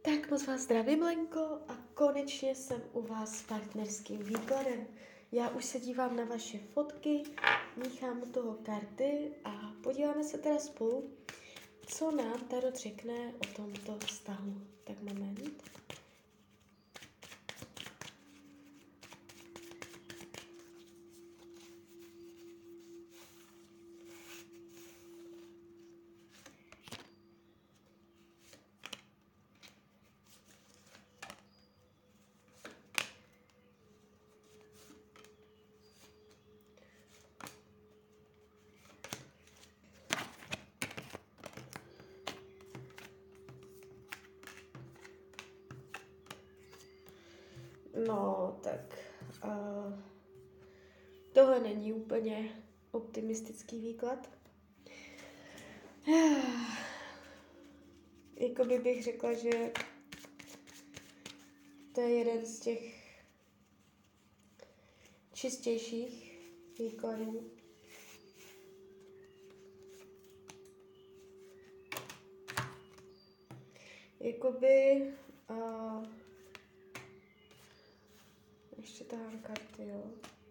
Tak moc vás zdravím, Lenko, a konečně jsem u vás s partnerským výkladem. Já už se dívám na vaše fotky, míchám u toho karty a podíváme se teda spolu, co nám Tarot řekne o tomto vztahu. Tak moment. No, tak tohle není úplně optimistický výklad. Jakoby bych řekla, že to je jeden z těch čistějších výkladů. Jakoby ještě tahám karty, jo.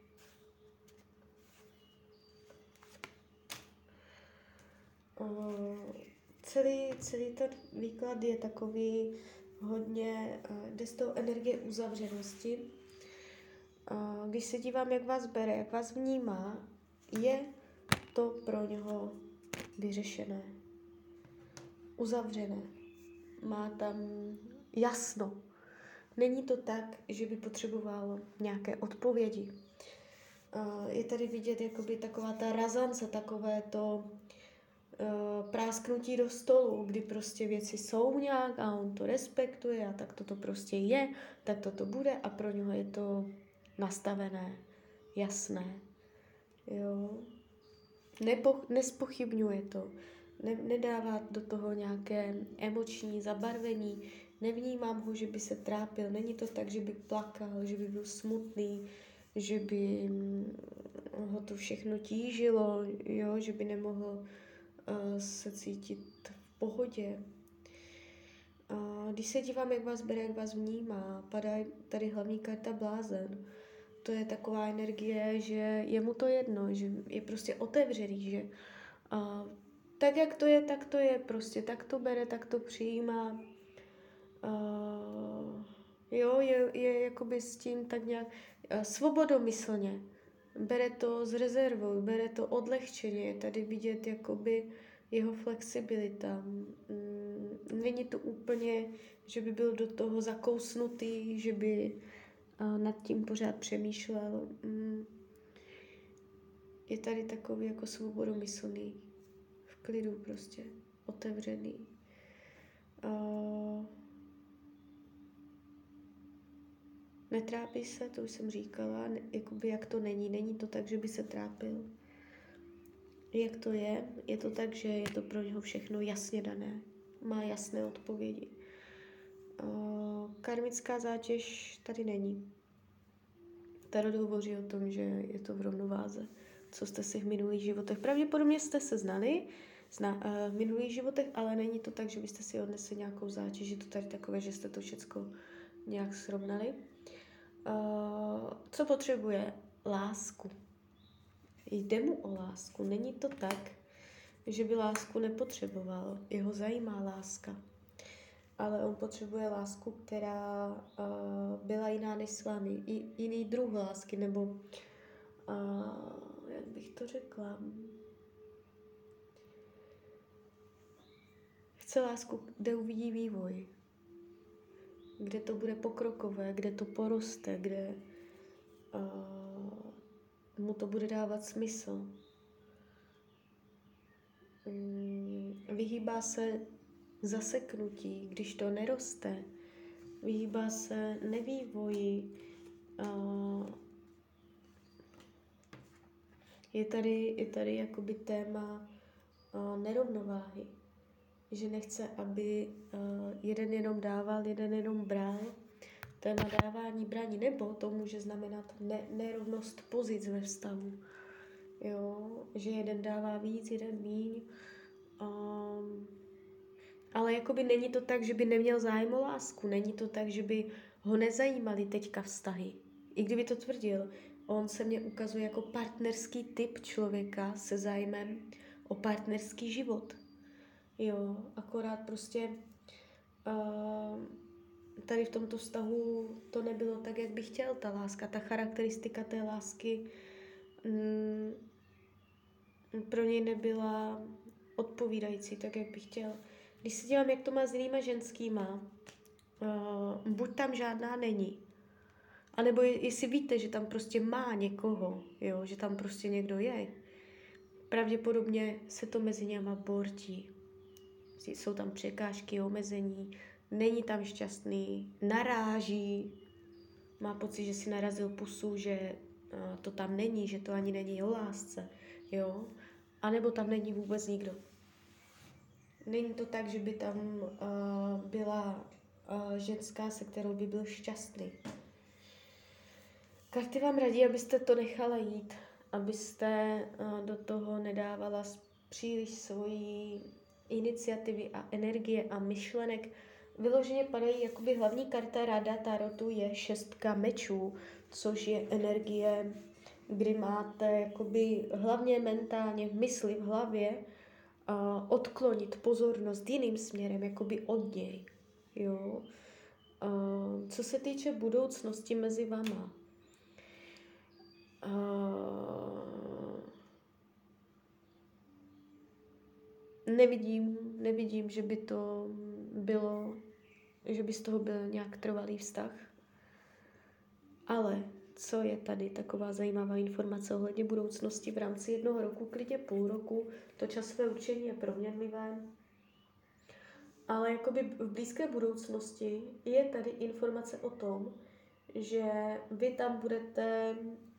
Celý ten výklad je takový hodně, jde z toho energie uzavřenosti. Když se dívám, jak vás bere, jak vás vnímá, je to pro něho vyřešené, uzavřené. Má tam jasno. Není to tak, že by potřeboval nějaké odpovědi. Je tady vidět jakoby taková ta razance, takové to prásknutí do stolu, kdy prostě věci jsou nějak a on to respektuje a tak to prostě je, tak to bude a pro něho je to nastavené, jasné. Jo. Nespochybňuje to, nedává do toho nějaké emoční zabarvení, nevnímám ho, že by se trápil, není to tak, že by plakal, že by byl smutný, že by ho to všechno tížilo, jo, že by nemohl se cítit v pohodě. Když se dívám, jak vás bere, jak vás vnímá, padá tady hlavní karta blázen. To je taková energie, že je mu to jedno, že je prostě otevřený, že tak, jak to je prostě, tak to bere, tak to přijímá. Jo, je jakoby s tím tak nějak svobodomyslně. Bere to s rezervou, bere to odlehčeně, je tady vidět jakoby jeho flexibilita. Není to úplně, že by byl do toho zakousnutý, že by nad tím pořád přemýšlel. Je tady takový jako svobodomyslný, v klidu prostě, otevřený. Netrápí se, to už jsem říkala, jakoby jak to není to tak, že by se trápil. Jak to je to tak, že je to pro něho všechno jasně dané, má jasné odpovědi. Karmická zátěž tady není. Tarot hovoří o tom, že je to v rovnováze, co jste si v minulých životech. Pravděpodobně jste se znali v minulých životech, ale není to tak, že byste si odnesli nějakou zátěž. Je to tady takové, že jste to všecko nějak srovnali. Co potřebuje? Lásku. Jde mu o lásku. Není to tak, že by lásku nepotřeboval. Jeho zajímá láska. Ale on potřebuje lásku, která byla jiná než s vámi. Jiný druh lásky, nebo jak bych to řekla? Chce lásku, kde uvidí vývoj. Kde to bude pokrokové, kde to poroste, kde mu to bude dávat smysl. Vyhýbá se zaseknutí, když to neroste. Vyhýbá se nevývoji. Je tady jakoby téma nerovnováhy. Že nechce, aby jeden jenom dával, jeden jenom bral. Téma dávání, brání, nebo to může znamenat nerovnost pozic ve vztahu. Jo, že jeden dává víc, jeden míň. ale jakoby není to tak, že by neměl zájem o lásku, není to tak, že by ho nezajímaly teďka vztahy. I kdyby to tvrdil, on se mně ukazuje jako partnerský typ člověka se zájmem o partnerský život. Jo, akorát prostě tady v tomto vztahu to nebylo tak, jak bych chtěl, ta láska, ta charakteristika té lásky pro něj nebyla odpovídající, tak jak bych chtěl. Když si dělám, jak to má s jinýma ženskýma, buď tam žádná není, anebo jestli víte, že tam prostě má někoho, jo, že tam prostě někdo je, pravděpodobně se to mezi něma bortí. Jsou tam překážky, omezení, není tam šťastný, naráží, má pocit, že si narazil pusu, že to tam není, že to ani není o lásce, jo, anebo tam není vůbec nikdo. Není to tak, že by tam byla ženská, se kterou by byl šťastný. Karty vám radí, abyste to nechala jít, abyste do toho nedávala příliš svojí iniciativy a energie a myšlenek. Vyloženě padají jakoby hlavní karta Rada Tarotu je 6 mečů, což je energie, kdy máte jakoby hlavně mentálně v mysli, v hlavě odklonit pozornost jiným směrem, jakoby od něj. Jo? Co se týče budoucnosti mezi vama, nevidím, že by to bylo, že by z toho byl nějak trvalý vztah. Ale co je tady taková zajímavá informace ohledně budoucnosti v rámci 1 roku, klidně půl roku, to časové určení je proměnlivé, ale jakoby v blízké budoucnosti je tady informace o tom, že vy tam budete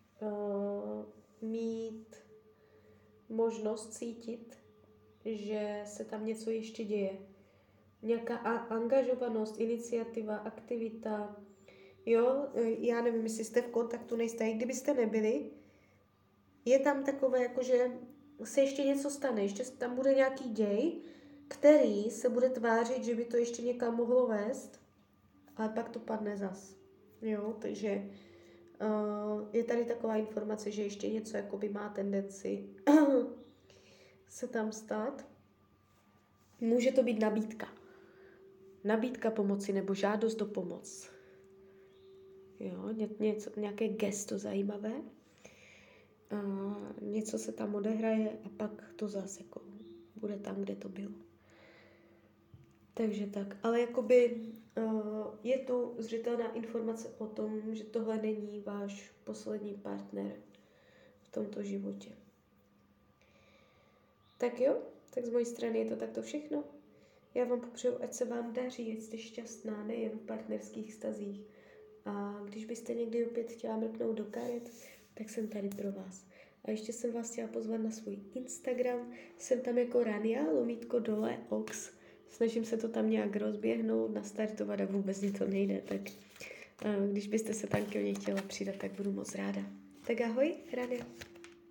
mít možnost cítit, že se tam něco ještě děje. Nějaká angažovanost, iniciativa, aktivita. Jo, já nevím, jestli jste v kontaktu, nejste. I kdybyste nebyli, je tam takové, jakože se ještě něco stane, ještě tam bude nějaký děj, který se bude tvářit, že by to ještě někam mohlo vést, ale pak to padne zas. Jo, takže je tady taková informace, že ještě něco jakoby má tendenci se tam stát. Může to být nabídka. Nabídka pomoci nebo žádost o pomoc. Jo, nějaké gesto zajímavé. Něco se tam odehraje a pak to zase jako bude tam, kde to bylo. Takže tak. Ale jakoby je tu zřetelná informace o tom, že tohle není váš poslední partner v tomto životě. Tak jo, tak z mojí strany je to takto všechno. Já vám popřeju, ať se vám daří, ať jste šťastná, nejen v partnerských vztazích. A když byste někdy opět chtěla mrknout do karet, tak jsem tady pro vás. A ještě jsem vás chtěla pozvat na svůj Instagram. Jsem tam jako Rania_Ox. Snažím se to tam nějak rozběhnout, nastartovat a vůbec mi to nejde. Tak když byste se tam ke mně chtěla přidat, tak budu moc ráda. Tak ahoj, Rania.